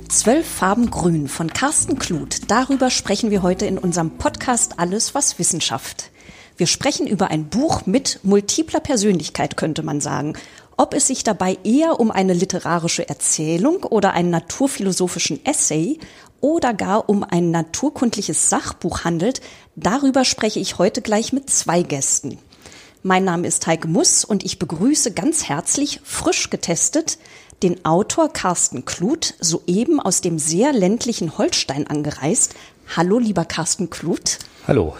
12 Farben Grün von Carsten Kluth. Darüber sprechen wir heute in unserem Podcast Alles, was Wissenschaft. Wir sprechen über ein Buch mit multipler Persönlichkeit, könnte man sagen. Ob es sich dabei eher um eine literarische Erzählung oder einen naturphilosophischen Essay oder gar um ein naturkundliches Sachbuch handelt, darüber spreche ich heute gleich mit 2 Gästen. Mein Name ist Heike Muss und ich begrüße ganz herzlich, frisch getestet, den Autor Carsten Kluth, soeben aus dem sehr ländlichen Holstein angereist. Hallo, lieber Carsten Kluth. Hallo.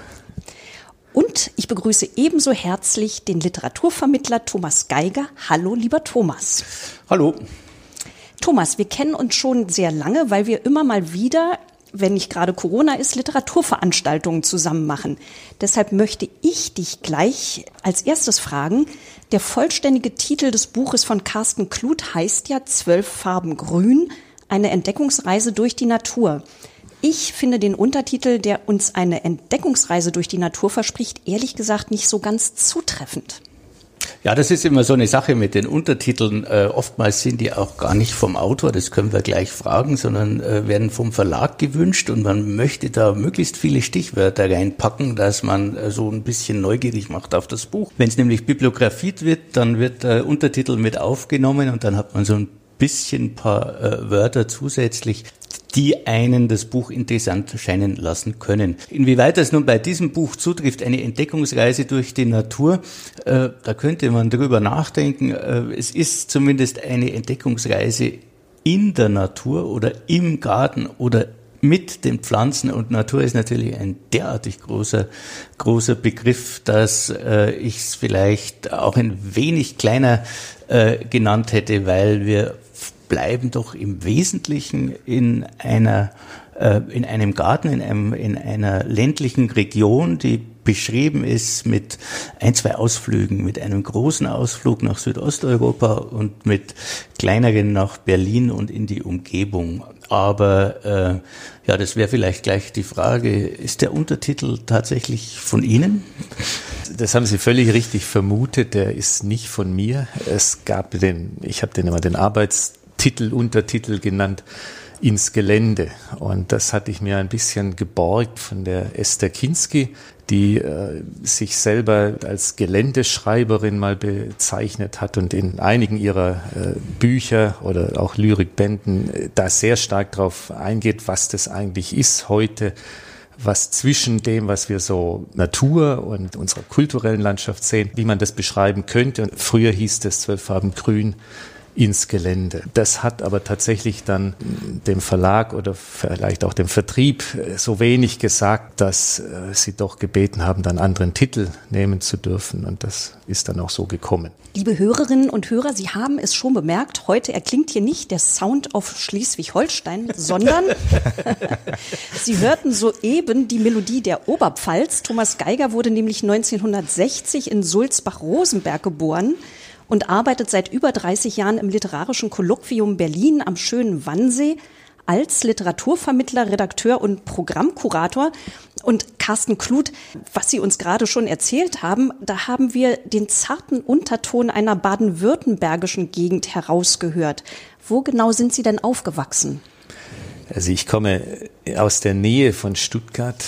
Und ich begrüße ebenso herzlich den Literaturvermittler Thomas Geiger. Hallo, lieber Thomas. Hallo. Thomas, wir kennen uns schon sehr lange, weil wir immer mal wieder, wenn nicht gerade Corona ist, Literaturveranstaltungen zusammen machen. Deshalb möchte ich dich gleich als erstes fragen, der vollständige Titel des Buches von Carsten Kluth heißt ja 12 Farben Grün, eine Entdeckungsreise durch die Natur. Ich finde den Untertitel, der uns eine Entdeckungsreise durch die Natur verspricht, ehrlich gesagt nicht so ganz zutreffend. Ja, das ist immer so eine Sache mit den Untertiteln. Oftmals sind die auch gar nicht vom Autor, das können wir gleich fragen, sondern werden vom Verlag gewünscht und man möchte da möglichst viele Stichwörter reinpacken, dass man so ein bisschen neugierig macht auf das Buch. Wenn es nämlich bibliografiert wird, dann wird der Untertitel mit aufgenommen und dann hat man so ein bisschen paar Wörter zusätzlich, die einen das Buch interessant scheinen lassen können. Inwieweit das nun bei diesem Buch zutrifft, eine Entdeckungsreise durch die Natur, da könnte man drüber nachdenken. Es ist zumindest eine Entdeckungsreise in der Natur oder im Garten oder mit den Pflanzen, und Natur ist natürlich ein derartig großer Begriff, dass ich es vielleicht auch ein wenig kleiner genannt hätte, weil wir bleiben doch im Wesentlichen in einem Garten, in einer ländlichen Region, die beschrieben ist mit 1, 2 Ausflügen, mit einem großen Ausflug nach Südosteuropa und mit kleineren nach Berlin und in die Umgebung. Aber ja, das wäre vielleicht gleich die Frage, ist der Untertitel tatsächlich von Ihnen? Das haben Sie völlig richtig vermutet, der ist nicht von mir. Ich habe den immer den Untertitel genannt, ins Gelände. Und das hatte ich mir ein bisschen geborgt von der Esther Kinsky, die sich selber als Geländeschreiberin mal bezeichnet hat und in einigen ihrer Bücher oder auch Lyrikbänden da sehr stark drauf eingeht, was das eigentlich ist heute, was zwischen dem, was wir so Natur und unserer kulturellen Landschaft sehen, wie man das beschreiben könnte. Und früher hieß das 12 Farben Grün, ins Gelände. Das hat aber tatsächlich dann dem Verlag oder vielleicht auch dem Vertrieb so wenig gesagt, dass sie doch gebeten haben, dann anderen Titel nehmen zu dürfen, und das ist dann auch so gekommen. Liebe Hörerinnen und Hörer, Sie haben es schon bemerkt, heute erklingt hier nicht der Sound of Schleswig-Holstein, sondern Sie hörten soeben die Melodie der Oberpfalz. Thomas Geiger wurde nämlich 1960 in Sulzbach-Rosenberg geboren und arbeitet seit über 30 Jahren im Literarischen Kolloquium Berlin am schönen Wannsee als Literaturvermittler, Redakteur und Programmkurator. Und Carsten Kluth, was Sie uns gerade schon erzählt haben, da haben wir den zarten Unterton einer baden-württembergischen Gegend herausgehört. Wo genau sind Sie denn aufgewachsen? Also ich komme aus der Nähe von Stuttgart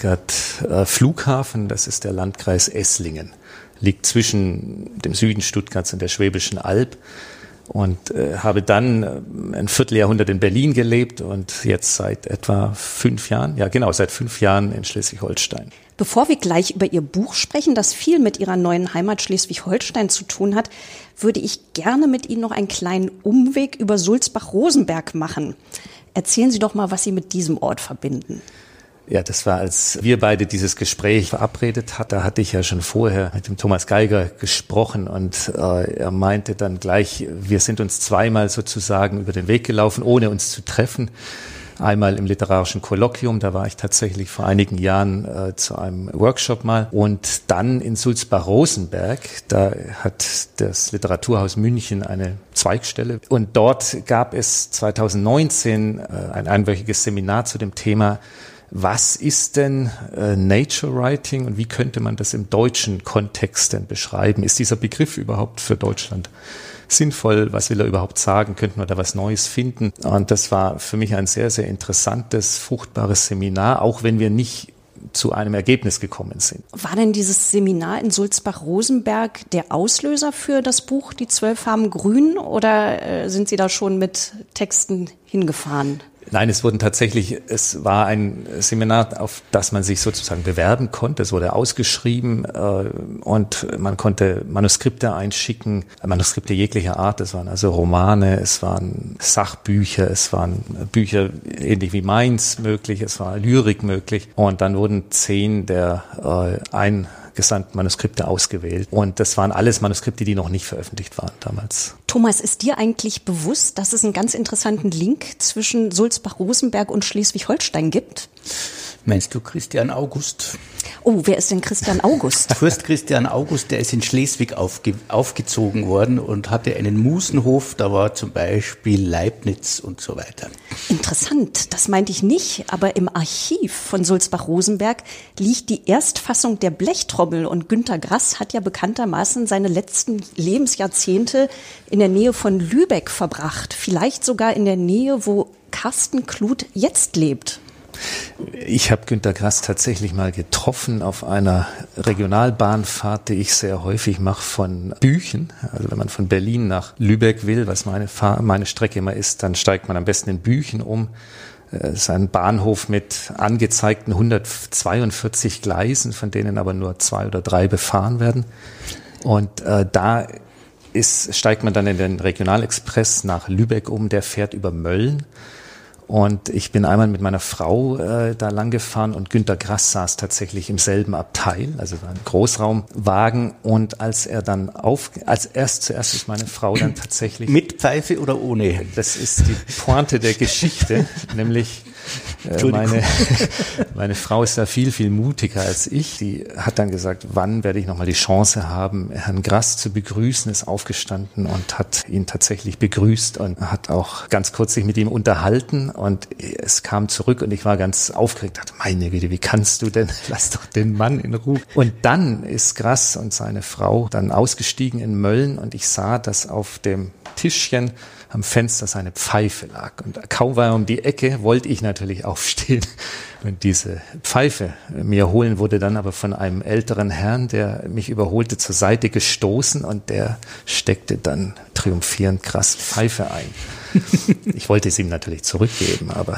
Flughafen, das ist der Landkreis Esslingen. Liegt zwischen dem Süden Stuttgarts und der Schwäbischen Alb, und habe dann ein Vierteljahrhundert in Berlin gelebt und jetzt seit etwa 5 Jahren, seit 5 Jahren in Schleswig-Holstein. Bevor wir gleich über Ihr Buch sprechen, das viel mit Ihrer neuen Heimat Schleswig-Holstein zu tun hat, würde ich gerne mit Ihnen noch einen kleinen Umweg über Sulzbach-Rosenberg machen. Erzählen Sie doch mal, was Sie mit diesem Ort verbinden. Ja, das war, als wir beide dieses Gespräch verabredet hatten, da hatte ich ja schon vorher mit dem Thomas Geiger gesprochen, und er meinte dann gleich, wir sind uns zweimal sozusagen über den Weg gelaufen, ohne uns zu treffen. Einmal im Literarischen Kolloquium, da war ich tatsächlich vor einigen Jahren zu einem Workshop mal, und dann in Sulzbach-Rosenberg, da hat das Literaturhaus München eine Zweigstelle, und dort gab es 2019 ein einwöchiges Seminar zu dem Thema was ist denn Nature Writing und wie könnte man das im deutschen Kontext denn beschreiben? Ist dieser Begriff überhaupt für Deutschland sinnvoll? Was will er überhaupt sagen? Könnten wir da was Neues finden? Und das war für mich ein sehr, sehr interessantes, fruchtbares Seminar, auch wenn wir nicht zu einem Ergebnis gekommen sind. War denn dieses Seminar in Sulzbach-Rosenberg der Auslöser für das Buch Die 12 Farben Grün oder sind Sie da schon mit Texten hingefahren? Nein, es war ein Seminar, auf das man sich sozusagen bewerben konnte. Es wurde ausgeschrieben und man konnte Manuskripte einschicken, Manuskripte jeglicher Art. Es waren also Romane, es waren Sachbücher, es waren Bücher ähnlich wie meins möglich, es war Lyrik möglich. Und dann wurden 10 der eingesandten Manuskripte ausgewählt. Und das waren alles Manuskripte, die noch nicht veröffentlicht waren damals. Thomas, ist dir eigentlich bewusst, dass es einen ganz interessanten Link zwischen Sulzbach-Rosenberg und Schleswig-Holstein gibt? Meinst du Christian August? Oh, wer ist denn Christian August? Fürst Christian August, der ist in Schleswig aufgezogen worden und hatte einen Musenhof, da war zum Beispiel Leibniz und so weiter. Interessant, das meinte ich nicht, aber im Archiv von Sulzbach-Rosenberg liegt die Erstfassung der Blechtrommel und Günter Grass hat ja bekanntermaßen seine letzten Lebensjahrzehnte in der Nähe von Lübeck verbracht, vielleicht sogar in der Nähe, wo Carsten Kluth jetzt lebt. Ich habe Günter Grass tatsächlich mal getroffen auf einer Regionalbahnfahrt, die ich sehr häufig mache von Büchen. Also wenn man von Berlin nach Lübeck will, was meine Strecke immer ist, dann steigt man am besten in Büchen um. Es ist ein Bahnhof mit angezeigten 142 Gleisen, von denen aber nur 2 oder 3 befahren werden. Und da steigt man dann in den Regionalexpress nach Lübeck um, der fährt über Mölln. Und ich bin einmal mit meiner Frau da lang gefahren und Günter Grass saß tatsächlich im selben Abteil, also ein Großraumwagen. Und als zuerst ist meine Frau dann tatsächlich... Mit Pfeife oder ohne? Das ist die Pointe der Geschichte, nämlich meine Frau ist da viel, viel mutiger als ich. Die hat dann gesagt, wann werde ich nochmal die Chance haben, Herrn Grass zu begrüßen, ist aufgestanden und hat ihn tatsächlich begrüßt und hat auch ganz kurz sich mit ihm unterhalten und es kam zurück und ich war ganz aufgeregt, dachte, meine Güte, wie kannst du denn, lass doch den Mann in Ruhe. Und dann ist Grass und seine Frau dann ausgestiegen in Mölln und ich sah, dass auf dem Tischchen am Fenster seine Pfeife lag. Und kaum war er um die Ecke, wollte ich natürlich aufstehen und diese Pfeife mir holen, wurde dann aber von einem älteren Herrn, der mich überholte, zur Seite gestoßen und der steckte dann triumphierend Grass Pfeife ein. Ich wollte es ihm natürlich zurückgeben, aber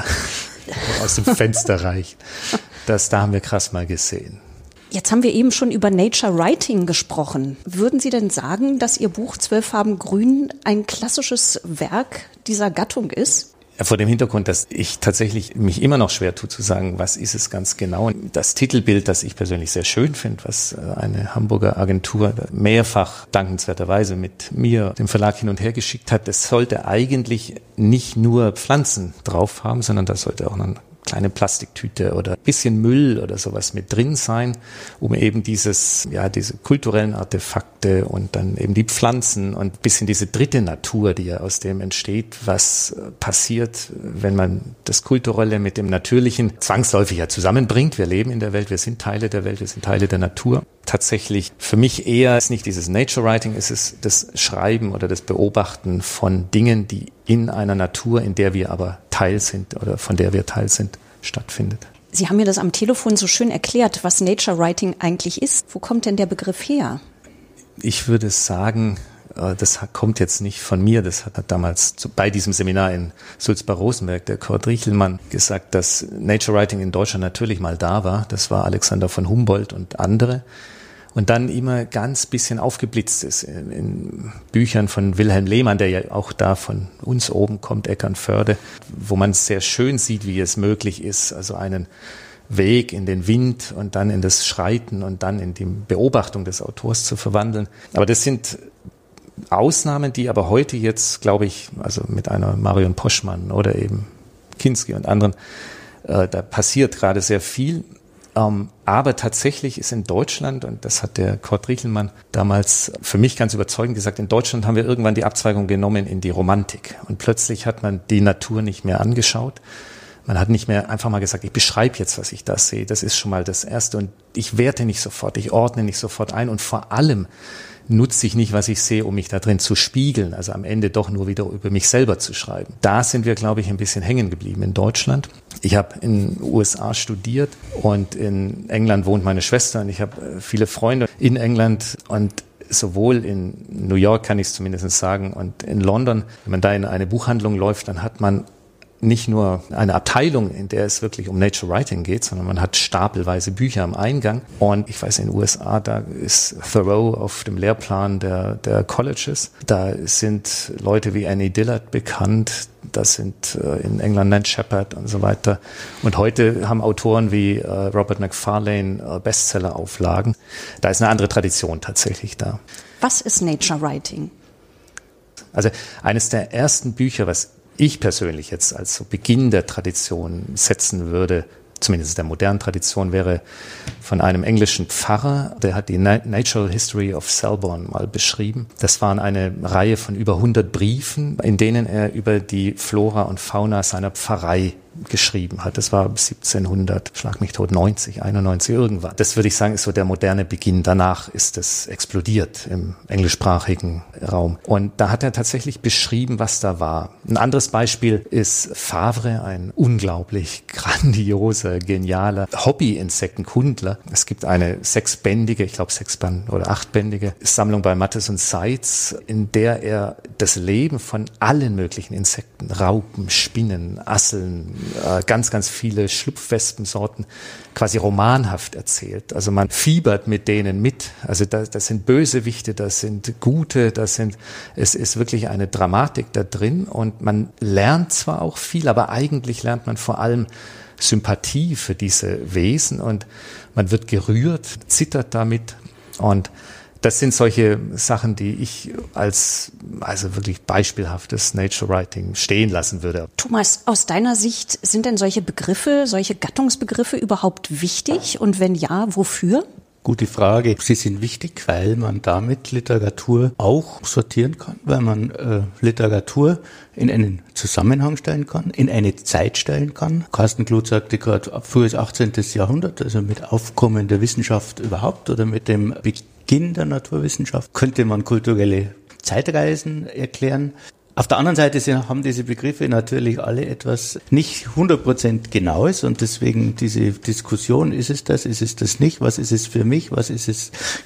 aus dem Fenster reicht. Da haben wir Grass mal gesehen. Jetzt haben wir eben schon über Nature Writing gesprochen. Würden Sie denn sagen, dass Ihr Buch 12 Farben Grün ein klassisches Werk dieser Gattung ist? Vor dem Hintergrund, dass ich tatsächlich mich immer noch schwer tue zu sagen, was ist es ganz genau. Das Titelbild, das ich persönlich sehr schön finde, was eine Hamburger Agentur mehrfach dankenswerterweise mit mir, dem Verlag, hin und her geschickt hat, das sollte eigentlich nicht nur Pflanzen drauf haben, sondern das sollte auch eine kleine Plastiktüte oder ein bisschen Müll oder sowas mit drin sein, um eben diese kulturellen Artefakte und dann eben die Pflanzen und ein bisschen diese dritte Natur, die ja aus dem entsteht, was passiert, wenn man das Kulturelle mit dem Natürlichen zwangsläufig ja zusammenbringt. Wir leben in der Welt, wir sind Teile der Welt, wir sind Teile der Natur. Tatsächlich für mich eher ist nicht dieses Nature Writing, es ist das Schreiben oder das Beobachten von Dingen, die in einer Natur, in der wir aber Teil sind oder von der wir Teil sind, stattfindet. Sie haben mir das am Telefon so schön erklärt, was Nature Writing eigentlich ist. Wo kommt denn der Begriff her? Ich würde sagen, das kommt jetzt nicht von mir, das hat damals bei diesem Seminar in Sulzbach-Rosenberg der Kurt Riechelmann gesagt, dass Nature Writing in Deutschland natürlich mal da war. Das war Alexander von Humboldt und andere. Und dann immer ganz bisschen aufgeblitzt ist in Büchern von Wilhelm Lehmann, der ja auch da von uns oben kommt, Eckernförde, wo man sehr schön sieht, wie es möglich ist, also einen Weg in den Wind und dann in das Schreiten und dann in die Beobachtung des Autors zu verwandeln. Aber das sind Ausnahmen, die aber heute jetzt, glaube ich, also mit einer Marion Poschmann oder eben Kinski und anderen, da passiert gerade sehr viel. Aber tatsächlich ist in Deutschland, und das hat der Kurt Riechelmann damals für mich ganz überzeugend gesagt, in Deutschland haben wir irgendwann die Abzweigung genommen in die Romantik. Und plötzlich hat man die Natur nicht mehr angeschaut, Man hat nicht mehr einfach mal gesagt, ich beschreibe jetzt, was ich da sehe. Das ist schon mal das Erste. Und ich werte nicht sofort, ich ordne nicht sofort ein. Und vor allem nutze ich nicht, was ich sehe, um mich da drin zu spiegeln. Also am Ende doch nur wieder über mich selber zu schreiben. Da sind wir, glaube ich, ein bisschen hängen geblieben in Deutschland. Ich habe in den USA studiert und in England wohnt meine Schwester und ich habe viele Freunde in England und sowohl in New York kann ich es zumindest sagen und in London, wenn man da in eine Buchhandlung läuft, dann hat man nicht nur eine Abteilung, in der es wirklich um Nature Writing geht, sondern man hat stapelweise Bücher am Eingang. Und ich weiß, in den USA, da ist Thoreau auf dem Lehrplan der Colleges. Da sind Leute wie Annie Dillard bekannt. Das sind in England Nan Shepherd und so weiter. Und heute haben Autoren wie Robert Macfarlane Bestseller-Auflagen. Da ist eine andere Tradition tatsächlich da. Was ist Nature Writing? Also eines der ersten Bücher, was ich persönlich jetzt als so Beginn der Tradition setzen würde, zumindest der modernen Tradition, wäre von einem englischen Pfarrer, der hat die Natural History of Selborne mal beschrieben. Das waren eine Reihe von über 100 Briefen, in denen er über die Flora und Fauna seiner Pfarrei geschrieben hat. Das war 1700, schlag mich tot, 90, 91 irgendwann. Das würde ich sagen, ist so der moderne Beginn. Danach ist es explodiert im englischsprachigen Raum. Und da hat er tatsächlich beschrieben, was da war. Ein anderes Beispiel ist Favre, ein unglaublich grandioser, genialer Hobby-Insektenkundler. Es gibt eine 6-bändige, ich glaube 6- oder 8-bändige Sammlung bei Mattes und Seitz, in der er das Leben von allen möglichen Insekten, Raupen, Spinnen, Asseln, ganz, ganz viele Schlupfwespensorten quasi romanhaft erzählt. Also man fiebert mit denen mit. Also das sind Bösewichte, das sind Gute, es ist wirklich eine Dramatik da drin und man lernt zwar auch viel, aber eigentlich lernt man vor allem Sympathie für diese Wesen und man wird gerührt, zittert damit und das sind solche Sachen, die ich als wirklich beispielhaftes Nature Writing stehen lassen würde. Thomas, aus deiner Sicht, sind denn solche Begriffe, solche Gattungsbegriffe überhaupt wichtig? Und wenn ja, wofür? Gute Frage. Sie sind wichtig, weil man damit Literatur auch sortieren kann, weil man Literatur in einen Zusammenhang stellen kann, in eine Zeit stellen kann. Carsten Kluth sagte gerade, ab frühes 18. Jahrhundert, also mit Aufkommen der Wissenschaft überhaupt oder mit dem Beginn der Naturwissenschaft, könnte man kulturelle Zeitreisen erklären. Auf der anderen Seite haben diese Begriffe natürlich alle etwas nicht 100% Genaues und deswegen diese Diskussion, ist es das nicht, was ist es für mich, was ist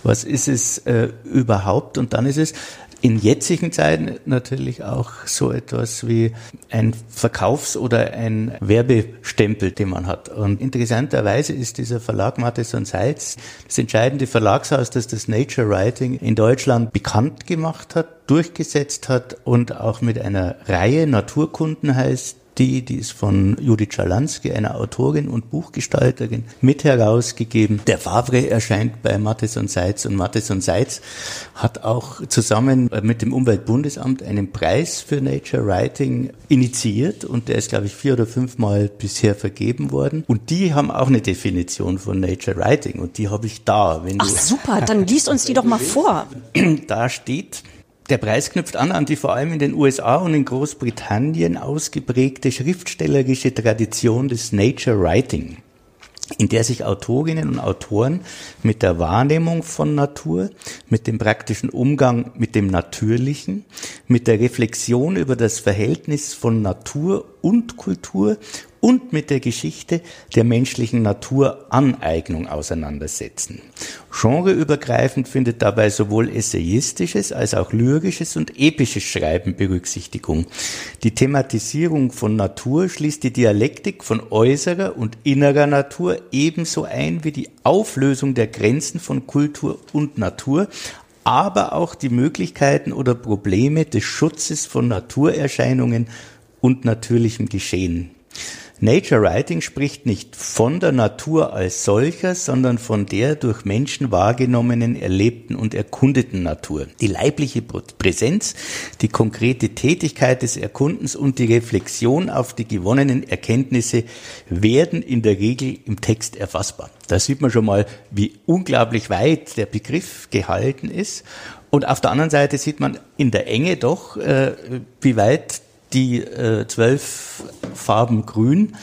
es überhaupt, und dann ist es in jetzigen Zeiten natürlich auch so etwas wie ein Verkaufs- oder ein Werbestempel, den man hat. Und interessanterweise ist dieser Verlag Mattes und Seitz das entscheidende Verlagshaus, das das Nature Writing in Deutschland bekannt gemacht hat, durchgesetzt hat und auch mit einer Reihe, Naturkunden heißt die ist von Judith Schalansky, einer Autorin und Buchgestalterin, mit herausgegeben. Der Favre erscheint bei Mattes und Seitz und Mattes und Seitz hat auch zusammen mit dem Umweltbundesamt einen Preis für Nature Writing initiiert und der ist, glaube ich, 4 oder 5 Mal bisher vergeben worden. Und die haben auch eine Definition von Nature Writing und die habe ich da. Ach super, dann lies uns die doch mal vor. Da steht: Der Preis knüpft an die vor allem in den USA und in Großbritannien ausgeprägte schriftstellerische Tradition des Nature Writing, in der sich Autorinnen und Autoren mit der Wahrnehmung von Natur, mit dem praktischen Umgang mit dem Natürlichen, mit der Reflexion über das Verhältnis von Natur und Kultur und mit der Geschichte der menschlichen Naturaneignung auseinandersetzen. Genreübergreifend findet dabei sowohl essayistisches als auch lyrisches und episches Schreiben Berücksichtigung. Die Thematisierung von Natur schließt die Dialektik von äußerer und innerer Natur ebenso ein wie die Auflösung der Grenzen von Kultur und Natur, aber auch die Möglichkeiten oder Probleme des Schutzes von Naturerscheinungen und natürlichem Geschehen. Nature Writing spricht nicht von der Natur als solcher, sondern von der durch Menschen wahrgenommenen, erlebten und erkundeten Natur. Die leibliche Präsenz, die konkrete Tätigkeit des Erkundens und die Reflexion auf die gewonnenen Erkenntnisse werden in der Regel im Text erfassbar. Da sieht man schon mal, wie unglaublich weit der Begriff gehalten ist. Und auf der anderen Seite sieht man in der Enge doch, wie weit die 12 Farben Grün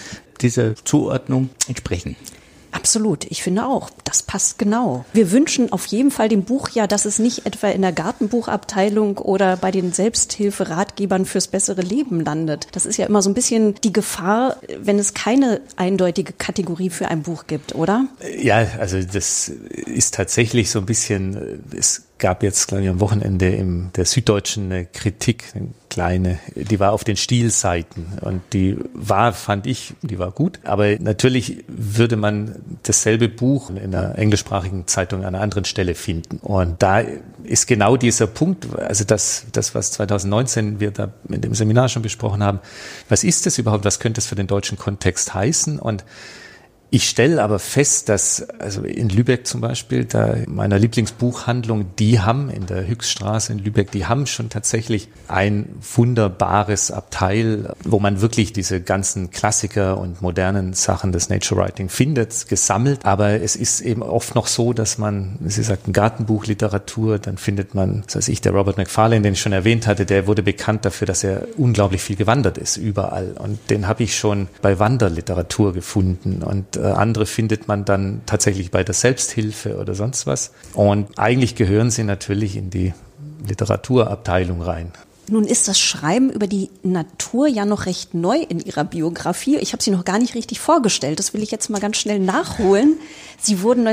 dieser Zuordnung entsprechen. Absolut, ich finde auch, das passt genau. Wir wünschen auf jeden Fall dem Buch ja, dass es nicht etwa in der Gartenbuchabteilung oder bei den Selbsthilferatgebern fürs bessere Leben landet. Das ist ja immer so ein bisschen die Gefahr, wenn es keine eindeutige Kategorie für ein Buch gibt, oder? Ja, also das ist tatsächlich so ein bisschen, es gab jetzt, glaube ich, am Wochenende in der Süddeutschen eine Kritik, eine kleine, die war auf den Stilseiten und die war, fand ich, die war gut, aber natürlich würde man dasselbe Buch in einer englischsprachigen Zeitung an einer anderen Stelle finden und da ist genau dieser Punkt, also das was 2019 wir da in dem Seminar schon besprochen haben, was ist das überhaupt, was könnte es für den deutschen Kontext heißen und ich stelle aber fest, dass also in Lübeck zum Beispiel, da meiner Lieblingsbuchhandlung, die haben in der Hüchstraße in Lübeck, die haben schon tatsächlich ein wunderbares Abteil, wo man wirklich diese ganzen Klassiker und modernen Sachen des Nature Writing findet, gesammelt. Aber es ist eben oft noch so, dass man, Sie sagten Gartenbuchliteratur, dann findet man, das heißt der Robert Macfarlane, den ich schon erwähnt hatte, der wurde bekannt dafür, dass er unglaublich viel gewandert ist, überall. Und den habe ich schon bei Wanderliteratur gefunden und andere findet man dann tatsächlich bei der Selbsthilfe oder sonst was. Und eigentlich gehören sie natürlich in die Literaturabteilung rein. Nun ist das Schreiben über die Natur ja noch recht neu in Ihrer Biografie. Ich habe Sie noch gar nicht richtig vorgestellt. Das will ich jetzt mal ganz schnell nachholen. Sie wurden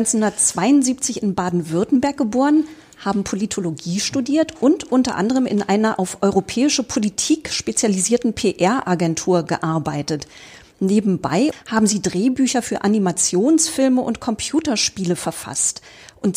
1972 in Baden-Württemberg geboren, haben Politologie studiert und unter anderem in einer auf europäische Politik spezialisierten PR-Agentur gearbeitet. Nebenbei haben sie Drehbücher für Animationsfilme und Computerspiele verfasst. Und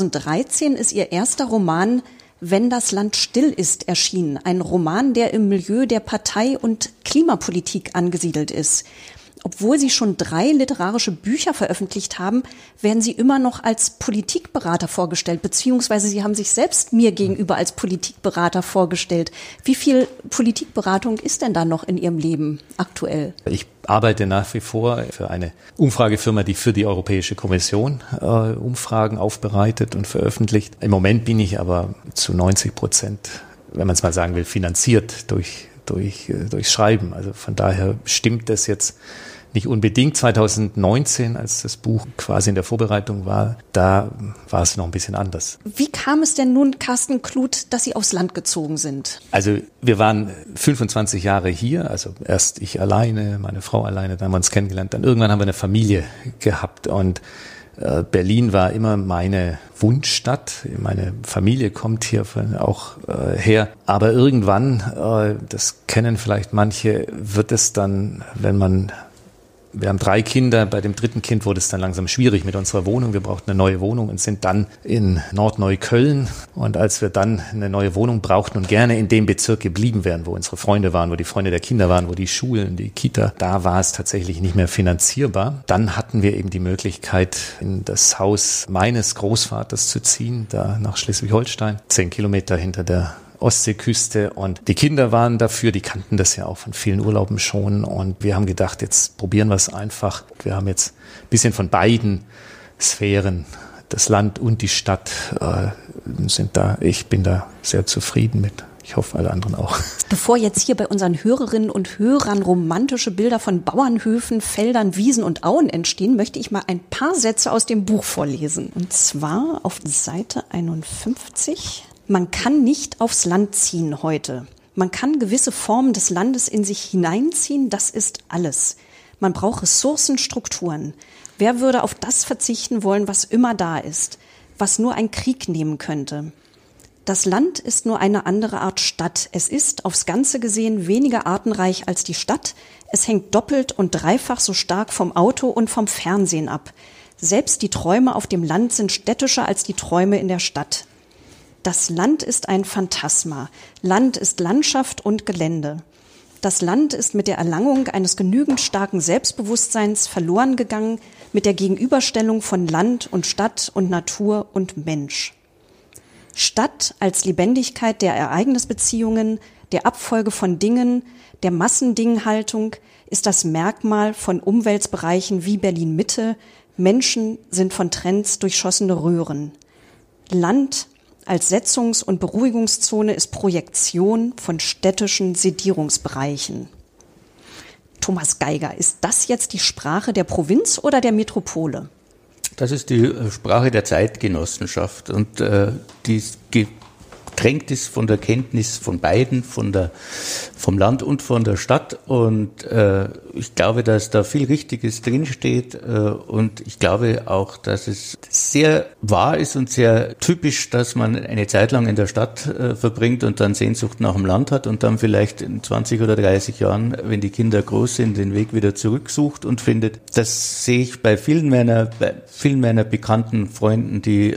2013 ist ihr erster Roman Wenn das Land still ist erschienen. Ein Roman, der im Milieu der Partei- und Klimapolitik angesiedelt ist. Obwohl sie schon 3 literarische Bücher veröffentlicht haben, werden sie immer noch als Politikberater vorgestellt, beziehungsweise sie haben sich selbst mir gegenüber als Politikberater vorgestellt. Wie viel Politikberatung ist denn da noch in Ihrem Leben aktuell? Ich arbeite nach wie vor für eine Umfragefirma, die für die Europäische Kommission Umfragen aufbereitet und veröffentlicht. Im Moment bin ich aber zu 90%, wenn man es mal sagen will, finanziert durchs Schreiben. Also von daher stimmt das jetzt nicht unbedingt. 2019, als das Buch quasi in der Vorbereitung war, da war es noch ein bisschen anders. Wie kam es denn nun, Carsten Kluth, dass Sie aufs Land gezogen sind? Also wir waren 25 Jahre hier, also erst ich alleine, meine Frau alleine, dann haben wir uns kennengelernt, dann irgendwann haben wir eine Familie gehabt und Berlin war immer meine Wunschstadt. Meine Familie kommt hier auch her. Aber irgendwann, das kennen vielleicht manche, wird es dann, wir haben 3 Kinder, bei dem 3. Kind wurde es dann langsam schwierig mit unserer Wohnung. Wir brauchten eine neue Wohnung und sind dann in Nordneukölln. Und als wir dann eine neue Wohnung brauchten und gerne in dem Bezirk geblieben wären, wo unsere Freunde waren, wo die Freunde der Kinder waren, wo die Schulen, die Kita, da war es tatsächlich nicht mehr finanzierbar. Dann hatten wir eben die Möglichkeit, in das Haus meines Großvaters zu ziehen, da nach Schleswig-Holstein, 10 Kilometer hinter der Ostseeküste und die Kinder waren dafür, die kannten das ja auch von vielen Urlauben schon und wir haben gedacht, jetzt probieren wir es einfach. Wir haben jetzt ein bisschen von beiden Sphären, das Land und die Stadt sind da. Ich bin da sehr zufrieden mit. Ich hoffe, alle anderen auch. Bevor jetzt hier bei unseren Hörerinnen und Hörern romantische Bilder von Bauernhöfen, Feldern, Wiesen und Auen entstehen, möchte ich mal ein paar Sätze aus dem Buch vorlesen. Und zwar auf Seite 51. Man kann nicht aufs Land ziehen heute. Man kann gewisse Formen des Landes in sich hineinziehen, das ist alles. Man braucht Ressourcen, Strukturen. Wer würde auf das verzichten wollen, was immer da ist, was nur ein Krieg nehmen könnte? Das Land ist nur eine andere Art Stadt. Es ist, aufs Ganze gesehen, weniger artenreich als die Stadt. Es hängt doppelt und dreifach so stark vom Auto und vom Fernsehen ab. Selbst die Träume auf dem Land sind städtischer als die Träume in der Stadt. Das Land ist ein Phantasma. Land ist Landschaft und Gelände. Das Land ist mit der Erlangung eines genügend starken Selbstbewusstseins verloren gegangen, mit der Gegenüberstellung von Land und Stadt und Natur und Mensch. Stadt als Lebendigkeit der Ereignisbeziehungen, der Abfolge von Dingen, der Massendinghaltung ist das Merkmal von Umweltbereichen wie Berlin-Mitte. Menschen sind von Trends durchschossene Röhren. Land als Setzungs- und Beruhigungszone ist Projektion von städtischen Sedierungsbereichen. Thomas Geiger, ist das jetzt die Sprache der Provinz oder der Metropole? Das ist die Sprache der Zeitgenossenschaft und die getränkt ist von der Kenntnis von beiden, vom Land und von der Stadt. Und ich glaube, dass da viel Richtiges drinsteht und ich glaube auch, dass es sehr wahr ist und sehr typisch, dass man eine Zeit lang in der Stadt verbringt und dann Sehnsucht nach dem Land hat und dann vielleicht in 20 oder 30 Jahren, wenn die Kinder groß sind, den Weg wieder zurücksucht und findet. Das sehe ich bei vielen meiner bekannten Freunden, die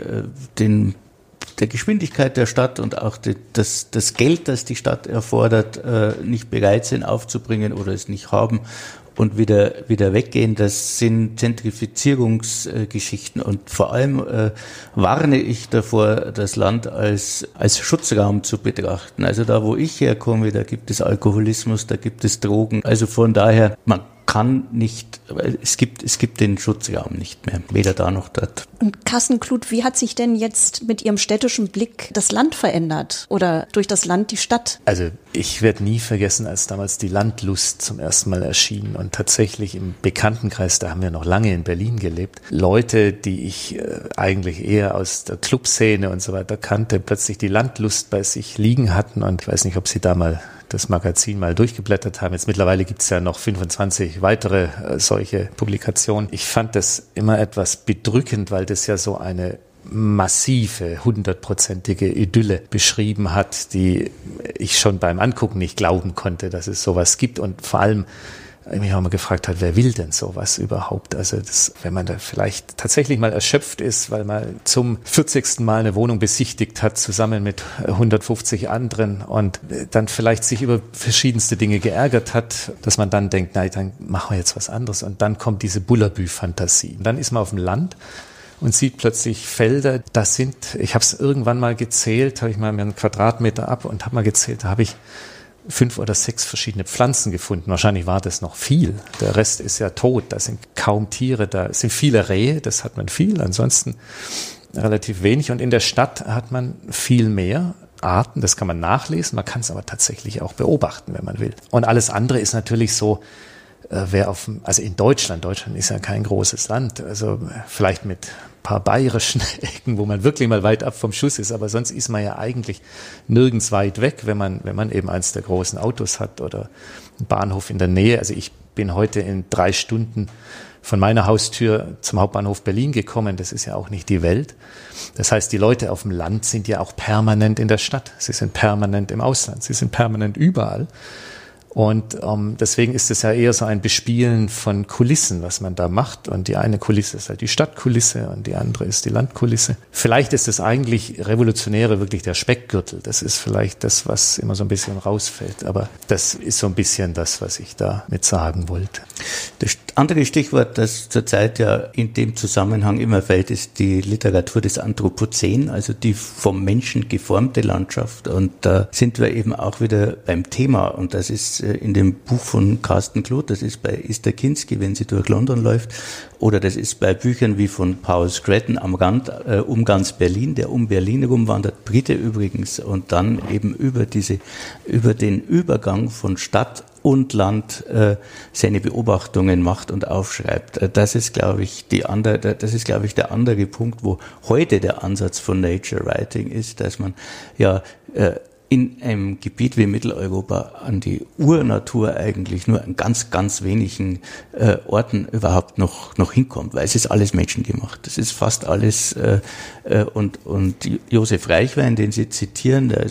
der Geschwindigkeit der Stadt und auch das Geld, das die Stadt erfordert, nicht bereit sind aufzubringen oder es nicht haben und wieder weggehen. Das sind Zentrifizierungsgeschichten und vor allem warne ich davor, das Land als Schutzraum zu betrachten. Also da, wo ich herkomme, da gibt es Alkoholismus, da gibt es Drogen. Also von daher, man kann nicht, es gibt den Schutzraum nicht mehr, weder da noch dort. Und Carsten Kluth, wie hat sich denn jetzt mit Ihrem städtischen Blick das Land verändert oder durch das Land die Stadt? Also ich werde nie vergessen, als damals die Landlust zum ersten Mal erschien und tatsächlich im Bekanntenkreis, da haben wir noch lange in Berlin gelebt, Leute, die ich eigentlich eher aus der Clubszene und so weiter kannte, plötzlich die Landlust bei sich liegen hatten und ich weiß nicht, ob Sie da mal das Magazin mal durchgeblättert haben. Jetzt mittlerweile gibt es ja noch 25 weitere solche Publikationen. Ich fand das immer etwas bedrückend, weil das ja so eine massive, 100%ige Idylle beschrieben hat, die ich schon beim Angucken nicht glauben konnte, dass es sowas gibt und vor allem ich mich auch mal gefragt hat, wer will denn sowas überhaupt? Also das, wenn man da vielleicht tatsächlich mal erschöpft ist, weil man zum 40. Mal eine Wohnung besichtigt hat, zusammen mit 150 anderen und dann vielleicht sich über verschiedenste Dinge geärgert hat, dass man dann denkt, nein, dann machen wir jetzt was anderes und dann kommt diese Bullabü-Fantasie. Und dann ist man auf dem Land und sieht plötzlich Felder, das sind, ich habe es irgendwann mal gezählt, habe ich mal mir einen Quadratmeter ab und habe mal gezählt, da habe ich 5 oder 6 verschiedene Pflanzen gefunden. Wahrscheinlich war das noch viel. Der Rest ist ja tot. Da sind kaum Tiere. Da sind viele Rehe. Das hat man viel. Ansonsten relativ wenig. Und in der Stadt hat man viel mehr Arten. Das kann man nachlesen. Man kann es aber tatsächlich auch beobachten, wenn man will. Und alles andere ist natürlich so, also in Deutschland ist ja kein großes Land. Also vielleicht mit ein paar bayerischen Ecken, wo man wirklich mal weit ab vom Schuss ist. Aber sonst ist man ja eigentlich nirgends weit weg, wenn man eben eins der großen Autos hat oder einen Bahnhof in der Nähe. Also ich bin heute in 3 Stunden von meiner Haustür zum Hauptbahnhof Berlin gekommen. Das ist ja auch nicht die Welt. Das heißt, die Leute auf dem Land sind ja auch permanent in der Stadt. Sie sind permanent im Ausland. Sie sind permanent überall. Und deswegen ist es ja eher so ein Bespielen von Kulissen, was man da macht. Und die eine Kulisse ist halt die Stadtkulisse und die andere ist die Landkulisse. Vielleicht ist das eigentlich Revolutionäre wirklich der Speckgürtel. Das ist vielleicht das, was immer so ein bisschen rausfällt. Aber das ist so ein bisschen das, was ich da mit sagen wollte. Das andere Stichwort, das zurzeit ja in dem Zusammenhang immer fällt, ist die Literatur des Anthropozän, also die vom Menschen geformte Landschaft. Und da sind wir eben auch wieder beim Thema. Und das ist in dem Buch von Carsten Kluth, das ist bei Esther Kinski, wenn sie durch London läuft, oder das ist bei Büchern wie von Paul Scratton am Rand um ganz Berlin, der um Berlin rumwandert, Brite übrigens, und dann eben über den Übergang von Stadt und Land seine Beobachtungen macht und aufschreibt. Das ist, glaube ich, der andere Punkt, wo heute der Ansatz von Nature Writing ist, dass man ja in einem Gebiet wie Mitteleuropa an die Urnatur eigentlich nur an ganz, ganz wenigen Orten überhaupt noch hinkommt, weil es ist alles menschengemacht. Das ist fast alles und Josef Reichwein, den Sie zitieren, der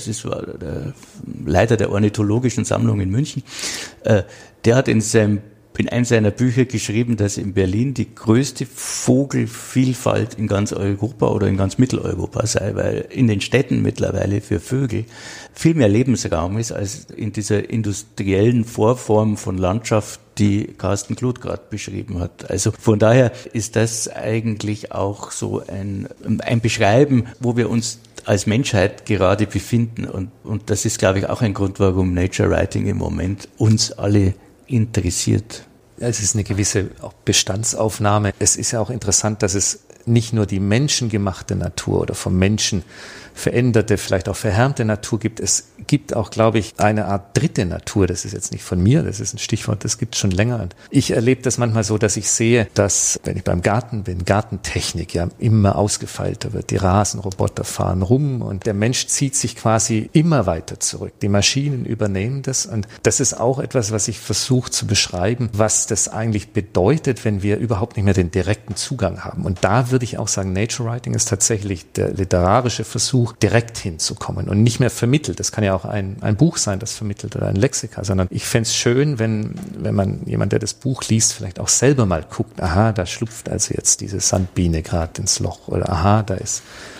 Leiter der Ornithologischen Sammlung in München, der hat in einem seiner Bücher geschrieben, dass in Berlin die größte Vogelvielfalt in ganz Europa oder in ganz Mitteleuropa sei, weil in den Städten mittlerweile für Vögel viel mehr Lebensraum ist als in dieser industriellen Vorform von Landschaft, die Carsten Kluth gerade beschrieben hat. Also von daher ist das eigentlich auch so ein Beschreiben, wo wir uns als Menschheit gerade befinden. Und das ist, glaube ich, auch ein Grund, warum Nature Writing im Moment uns alle interessiert. Es ist eine gewisse auch Bestandsaufnahme. Es ist ja auch interessant, dass es nicht nur die menschengemachte Natur oder vom Menschen veränderte, vielleicht auch verhärmte Natur gibt. Es gibt auch, glaube ich, eine Art dritte Natur. Das ist jetzt nicht von mir, das ist ein Stichwort, das gibt es schon länger. Und ich erlebe das manchmal so, dass ich sehe, dass, wenn ich beim Garten bin, Gartentechnik ja immer ausgefeilter wird. Die Rasenroboter fahren rum und der Mensch zieht sich quasi immer weiter zurück. Die Maschinen übernehmen das und das ist auch etwas, was ich versuche zu beschreiben, was das eigentlich bedeutet, wenn wir überhaupt nicht mehr den direkten Zugang haben. Und da würde ich auch sagen, Nature Writing ist tatsächlich der literarische Versuch, direkt hinzukommen und nicht mehr vermittelt. Das kann ja auch ein Buch sein, das vermittelt oder ein Lexika, sondern ich fände es schön, wenn man jemand, der das Buch liest, vielleicht auch selber mal guckt, aha, da schlüpft also jetzt diese Sandbiene gerade ins Loch oder aha, da ist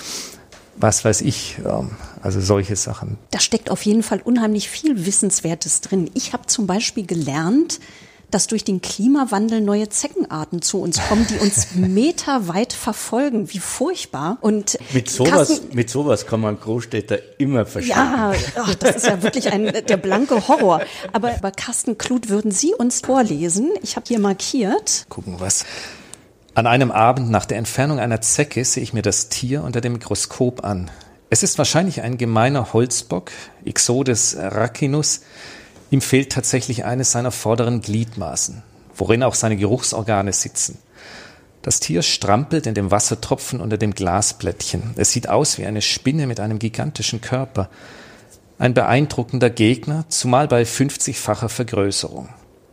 was weiß ich, also solche Sachen. Da steckt auf jeden Fall unheimlich viel Wissenswertes drin. Ich habe zum Beispiel gelernt, dass durch den Klimawandel neue Zeckenarten zu uns kommen, die uns meterweit verfolgen. Wie furchtbar. Und mit sowas kann man Großstädter immer verstehen. Ja, das ist ja wirklich der blanke Horror. Aber Carsten Kluth, würden Sie uns vorlesen? Ich habe hier markiert. Gucken was. An einem Abend nach der Entfernung einer Zecke sehe ich mir das Tier unter dem Mikroskop an. Es ist wahrscheinlich ein gemeiner Holzbock, Ixodes rachinus. Ihm fehlt tatsächlich eines seiner vorderen Gliedmaßen, worin auch seine Geruchsorgane sitzen. Das Tier strampelt in dem Wassertropfen unter dem Glasblättchen. Es sieht aus wie eine Spinne mit einem gigantischen Körper. Ein beeindruckender Gegner, zumal bei 50-facher Vergrößerung.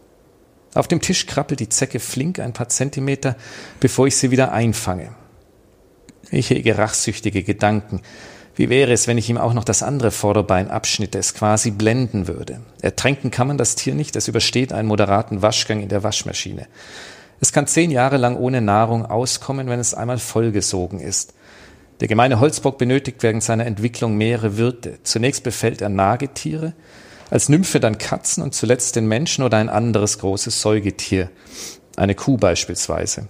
Auf dem Tisch krabbelt die Zecke flink ein paar Zentimeter, bevor ich sie wieder einfange. Ich hege rachsüchtige Gedanken. Wie wäre es, wenn ich ihm auch noch das andere Vorderbein abschnitte, es quasi blenden würde? Ertränken kann man das Tier nicht, es übersteht einen moderaten Waschgang in der Waschmaschine. Es kann 10 Jahre lang ohne Nahrung auskommen, wenn es einmal vollgesogen ist. Der gemeine Holzbock benötigt während seiner Entwicklung mehrere Wirte. Zunächst befällt er Nagetiere, als Nymphe dann Katzen und zuletzt den Menschen oder ein anderes großes Säugetier, eine Kuh beispielsweise.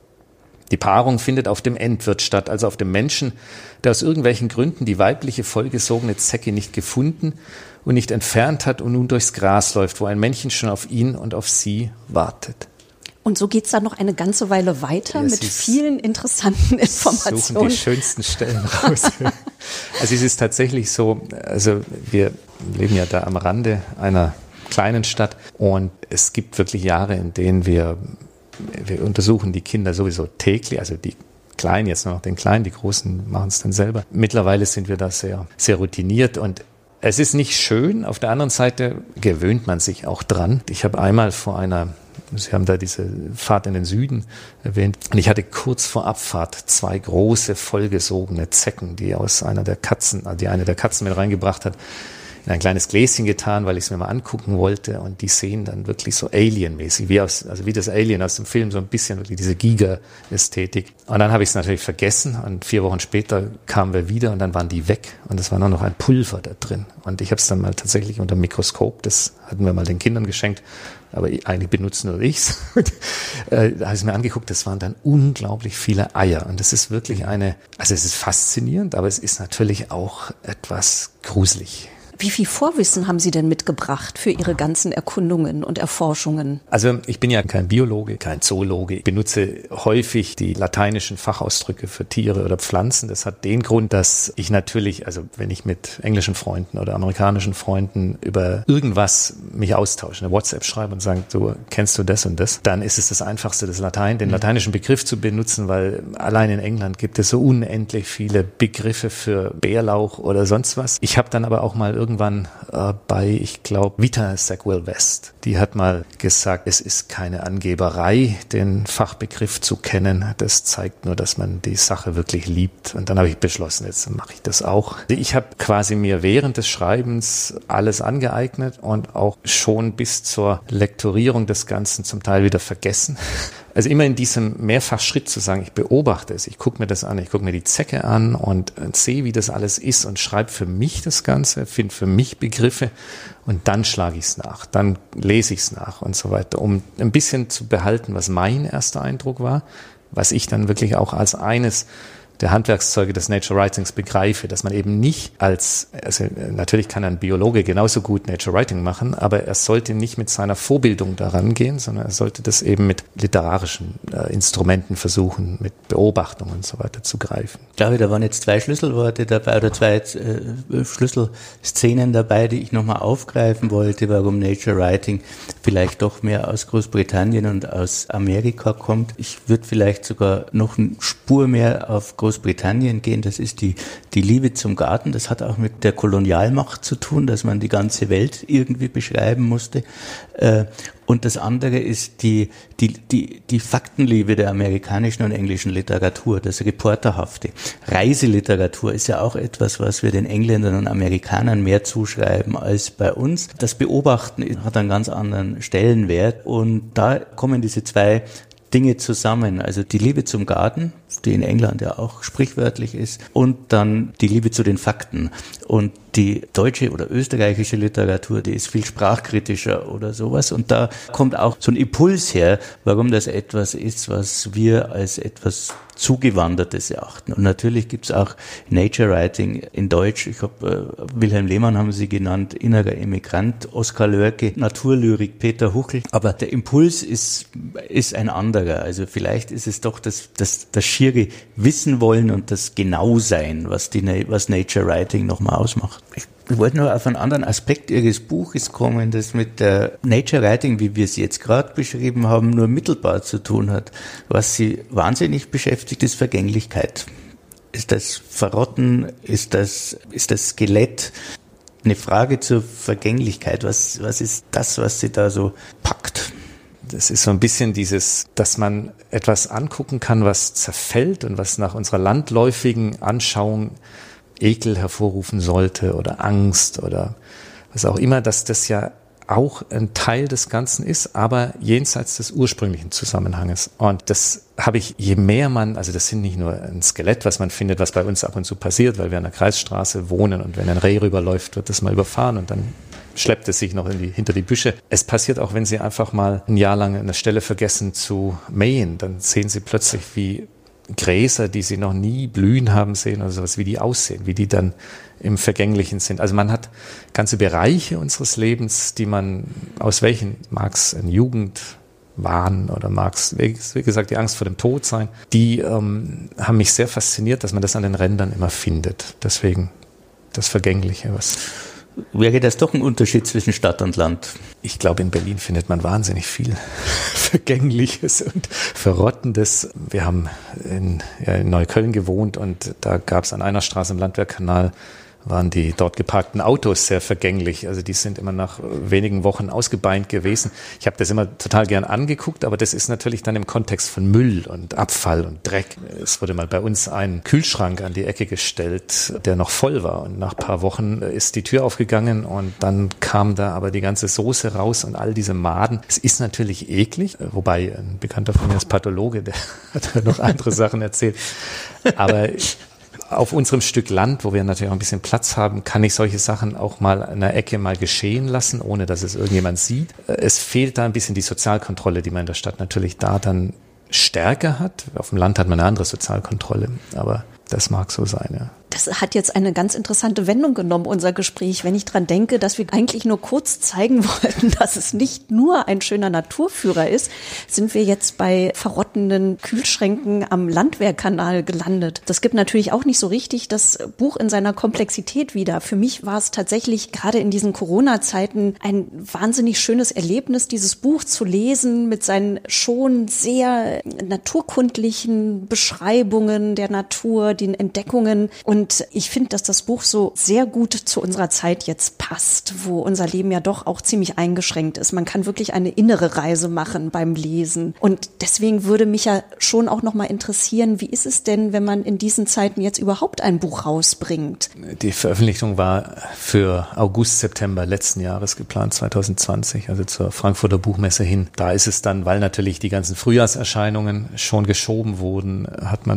Die Paarung findet auf dem Endwirt statt, also auf dem Menschen, der aus irgendwelchen Gründen die weibliche vollgesogene Zecke nicht gefunden und nicht entfernt hat und nun durchs Gras läuft, wo ein Männchen schon auf ihn und auf sie wartet. Und so geht's dann noch eine ganze Weile weiter mit vielen interessanten Informationen. Suchen die schönsten Stellen raus. Also es ist tatsächlich so, also wir leben ja da am Rande einer kleinen Stadt und es gibt wirklich Jahre, in denen wir untersuchen die Kinder sowieso täglich, also die Kleinen, jetzt nur noch den Kleinen, die Großen machen es dann selber. Mittlerweile sind wir da sehr, sehr routiniert und es ist nicht schön. Auf der anderen Seite gewöhnt man sich auch dran. Ich habe einmal Sie haben da diese Fahrt in den Süden erwähnt. Und ich hatte kurz vor Abfahrt 2 große, vollgesogene Zecken, die eine der Katzen mit reingebracht hat, in ein kleines Gläschen getan, weil ich es mir mal angucken wollte. Und die sehen dann wirklich so Alien-mäßig, wie das Alien aus dem Film, so ein bisschen wirklich diese Giga-Ästhetik. Und dann habe ich es natürlich vergessen. Und 4 Wochen später kamen wir wieder und dann waren die weg. Und es war nur noch ein Pulver da drin. Und ich habe es dann mal tatsächlich unter dem Mikroskop, das hatten wir mal den Kindern geschenkt, aber eigentlich benutzen nur ich's. Da habe ich es mir angeguckt, das waren dann unglaublich viele Eier. Und das ist wirklich es ist faszinierend, aber es ist natürlich auch etwas gruselig. Wie viel Vorwissen haben Sie denn mitgebracht für Ihre ganzen Erkundungen und Erforschungen? Also ich bin ja kein Biologe, kein Zoologe. Ich benutze häufig die lateinischen Fachausdrücke für Tiere oder Pflanzen. Das hat den Grund, dass ich natürlich, also wenn ich mit englischen Freunden oder amerikanischen Freunden über irgendwas mich austausche, eine WhatsApp schreibe und sage, du kennst du das und das, dann ist es das Einfachste, den lateinischen Begriff zu benutzen, weil allein in England gibt es so unendlich viele Begriffe für Bärlauch oder sonst was. Ich habe dann aber auch mal irgendwann ich glaube, Vita Sackville-West, die hat mal gesagt, es ist keine Angeberei, den Fachbegriff zu kennen. Das zeigt nur, dass man die Sache wirklich liebt. Und dann habe ich beschlossen, jetzt mache ich das auch. Ich habe quasi mir während des Schreibens alles angeeignet und auch schon bis zur Lektorierung des Ganzen zum Teil wieder vergessen. Also immer in diesem Mehrfachschritt zu sagen, ich beobachte es, ich gucke mir das an, ich gucke mir die Zecke an und sehe, wie das alles ist und schreibe für mich das Ganze, finde für mich Begriffe und dann schlage ich es nach, dann lese ich es nach und so weiter, um ein bisschen zu behalten, was mein erster Eindruck war, was ich dann wirklich auch als eines der Handwerkszeuge des Nature Writings begreife, dass man eben nicht natürlich kann ein Biologe genauso gut Nature Writing machen, aber er sollte nicht mit seiner Vorbildung daran gehen, sondern er sollte das eben mit literarischen Instrumenten versuchen, mit Beobachtungen und so weiter zu greifen. Ich glaube, da waren jetzt 2 Schlüsselworte dabei oder 2 Schlüsselszenen dabei, die ich nochmal aufgreifen wollte, warum Nature Writing vielleicht doch mehr aus Großbritannien und aus Amerika kommt. Ich würde vielleicht sogar noch eine Spur mehr auf Großbritannien gehen. Das ist die Liebe zum Garten. Das hat auch mit der Kolonialmacht zu tun, dass man die ganze Welt irgendwie beschreiben musste. Und das andere ist die Faktenliebe der amerikanischen und englischen Literatur, das Reporterhafte. Reiseliteratur ist ja auch etwas, was wir den Engländern und Amerikanern mehr zuschreiben als bei uns. Das Beobachten hat einen ganz anderen Stellenwert und da kommen diese 2 Dinge zusammen, also die Liebe zum Garten, die in England ja auch sprichwörtlich ist, und dann die Liebe zu den Fakten. Und die deutsche oder österreichische Literatur, die ist viel sprachkritischer oder sowas. Und da kommt auch so ein Impuls her, warum das etwas ist, was wir als etwas Zugewandertes erachten. Und natürlich gibt's auch Nature Writing in Deutsch. Ich habe Wilhelm Lehmann haben Sie genannt, innerer Emigrant, Oskar Loerke, Naturlyrik, Peter Huchel. Aber der Impuls ist ein anderer. Also vielleicht ist es doch das schiere Wissen wollen und das Genausein, was Nature Writing nochmal ausmacht. Ich wollte nur auf einen anderen Aspekt Ihres Buches kommen, das mit der Nature Writing, wie wir es jetzt gerade beschrieben haben, nur mittelbar zu tun hat. Was Sie wahnsinnig beschäftigt, ist Vergänglichkeit. Ist das Verrotten? Ist das Skelett? Eine Frage zur Vergänglichkeit. Was ist das, was Sie da so packt? Das ist so ein bisschen dass man etwas angucken kann, was zerfällt und was nach unserer landläufigen Anschauung Ekel hervorrufen sollte oder Angst oder was auch immer, dass das ja auch ein Teil des Ganzen ist, aber jenseits des ursprünglichen Zusammenhanges. Und das habe ich, je mehr das sind nicht nur ein Skelett, was man findet, was bei uns ab und zu passiert, weil wir an der Kreisstraße wohnen und wenn ein Reh rüberläuft, wird das mal überfahren und dann schleppt es sich noch hinter die Büsche. Es passiert auch, wenn Sie einfach mal ein Jahr lang eine Stelle vergessen zu mähen, dann sehen Sie plötzlich, wie Gräser, die Sie noch nie blühen haben sehen oder sowas, wie die aussehen, wie die dann im Vergänglichen sind. Also man hat ganze Bereiche unseres Lebens, die man, aus welchen, mag es ein Jugendwahn oder mag es, wie gesagt, die Angst vor dem Tod sein, die haben mich sehr fasziniert, dass man das an den Rändern immer findet. Deswegen das Vergängliche, was... Wäre das doch ein Unterschied zwischen Stadt und Land? Ich glaube, in Berlin findet man wahnsinnig viel Vergängliches und Verrottendes. Wir haben in Neukölln gewohnt und da gab es an einer Straße im Landwehrkanal, waren die dort geparkten Autos sehr vergänglich. Also die sind immer nach wenigen Wochen ausgebeint gewesen. Ich habe das immer total gern angeguckt, aber das ist natürlich dann im Kontext von Müll und Abfall und Dreck. Es wurde mal bei uns ein Kühlschrank an die Ecke gestellt, der noch voll war. Und nach ein paar Wochen ist die Tür aufgegangen und dann kam da aber die ganze Soße raus und all diese Maden. Es ist natürlich eklig, wobei ein Bekannter von mir ist Pathologe, der hat noch andere Sachen erzählt. Aber auf unserem Stück Land, wo wir natürlich auch ein bisschen Platz haben, kann ich solche Sachen auch mal in der Ecke mal geschehen lassen, ohne dass es irgendjemand sieht. Es fehlt da ein bisschen die Sozialkontrolle, die man in der Stadt natürlich da dann stärker hat. Auf dem Land hat man eine andere Sozialkontrolle, aber das mag so sein, ja. Das hat jetzt eine ganz interessante Wendung genommen, unser Gespräch, wenn ich dran denke, dass wir eigentlich nur kurz zeigen wollten, dass es nicht nur ein schöner Naturführer ist, sind wir jetzt bei verrottenden Kühlschränken am Landwehrkanal gelandet. Das gibt natürlich auch nicht so richtig das Buch in seiner Komplexität wieder. Für mich war es tatsächlich gerade in diesen Corona-Zeiten ein wahnsinnig schönes Erlebnis, dieses Buch zu lesen mit seinen schon sehr naturkundlichen Beschreibungen der Natur, den Entdeckungen. Und ich finde, dass das Buch so sehr gut zu unserer Zeit jetzt passt, wo unser Leben ja doch auch ziemlich eingeschränkt ist. Man kann wirklich eine innere Reise machen beim Lesen. Und deswegen würde mich ja schon auch noch mal interessieren, wie ist es denn, wenn man in diesen Zeiten jetzt überhaupt ein Buch rausbringt? Die Veröffentlichung war für August, September letzten Jahres geplant, 2020, also zur Frankfurter Buchmesse hin. Da ist es dann, weil natürlich die ganzen Frühjahrserscheinungen schon geschoben wurden,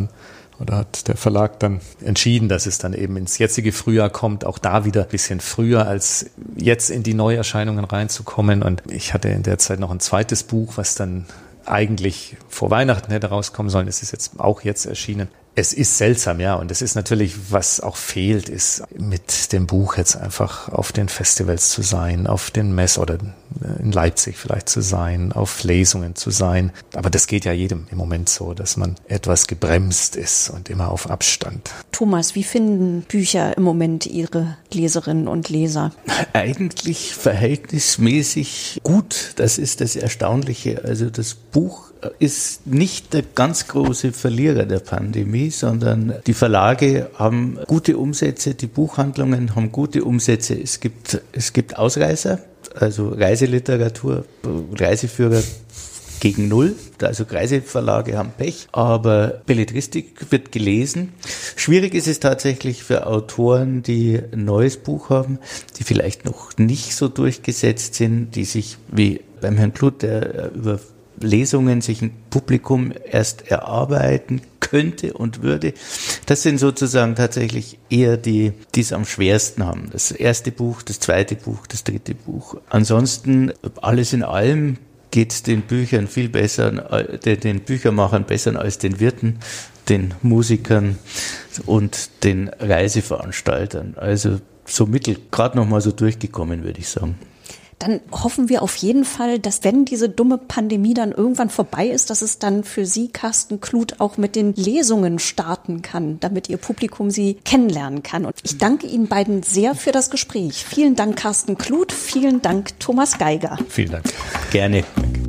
hat der Verlag dann entschieden, dass es dann eben ins jetzige Frühjahr kommt, auch da wieder ein bisschen früher als jetzt in die Neuerscheinungen reinzukommen. Und ich hatte in der Zeit noch ein zweites Buch, was dann eigentlich vor Weihnachten hätte rauskommen sollen. Es ist jetzt auch jetzt erschienen. Es ist seltsam, ja. Und es ist natürlich, was auch fehlt, ist mit dem Buch jetzt einfach auf den Festivals zu sein, auf den oder in Leipzig vielleicht zu sein, auf Lesungen zu sein. Aber das geht ja jedem im Moment so, dass man etwas gebremst ist und immer auf Abstand. Thomas, wie finden Bücher im Moment Ihre Leserinnen und Leser? Eigentlich verhältnismäßig gut. Das ist das Erstaunliche. Also das Buch ist nicht der ganz große Verlierer der Pandemie, sondern die Verlage haben gute Umsätze, die Buchhandlungen haben gute Umsätze. Es gibt Ausreißer, also Reiseliteratur, Reiseführer gegen Null, also Reiseverlage haben Pech, aber Belletristik wird gelesen. Schwierig ist es tatsächlich für Autoren, die ein neues Buch haben, die vielleicht noch nicht so durchgesetzt sind, die sich wie beim Herrn Kluth, der über Lesungen sich ein Publikum erst erarbeiten könnte und würde. Das sind sozusagen tatsächlich eher die es am schwersten haben. Das erste Buch, das zweite Buch, das dritte Buch. Ansonsten, alles in allem geht es den Büchern viel besser, den Büchermachern besser als den Wirten, den Musikern und den Reiseveranstaltern. Also so mittel, gerade noch mal so durchgekommen, würde ich sagen. Dann hoffen wir auf jeden Fall, dass wenn diese dumme Pandemie dann irgendwann vorbei ist, dass es dann für Sie, Carsten Kluth, auch mit den Lesungen starten kann, damit Ihr Publikum Sie kennenlernen kann. Und ich danke Ihnen beiden sehr für das Gespräch. Vielen Dank, Carsten Kluth. Vielen Dank, Thomas Geiger. Vielen Dank. Gerne.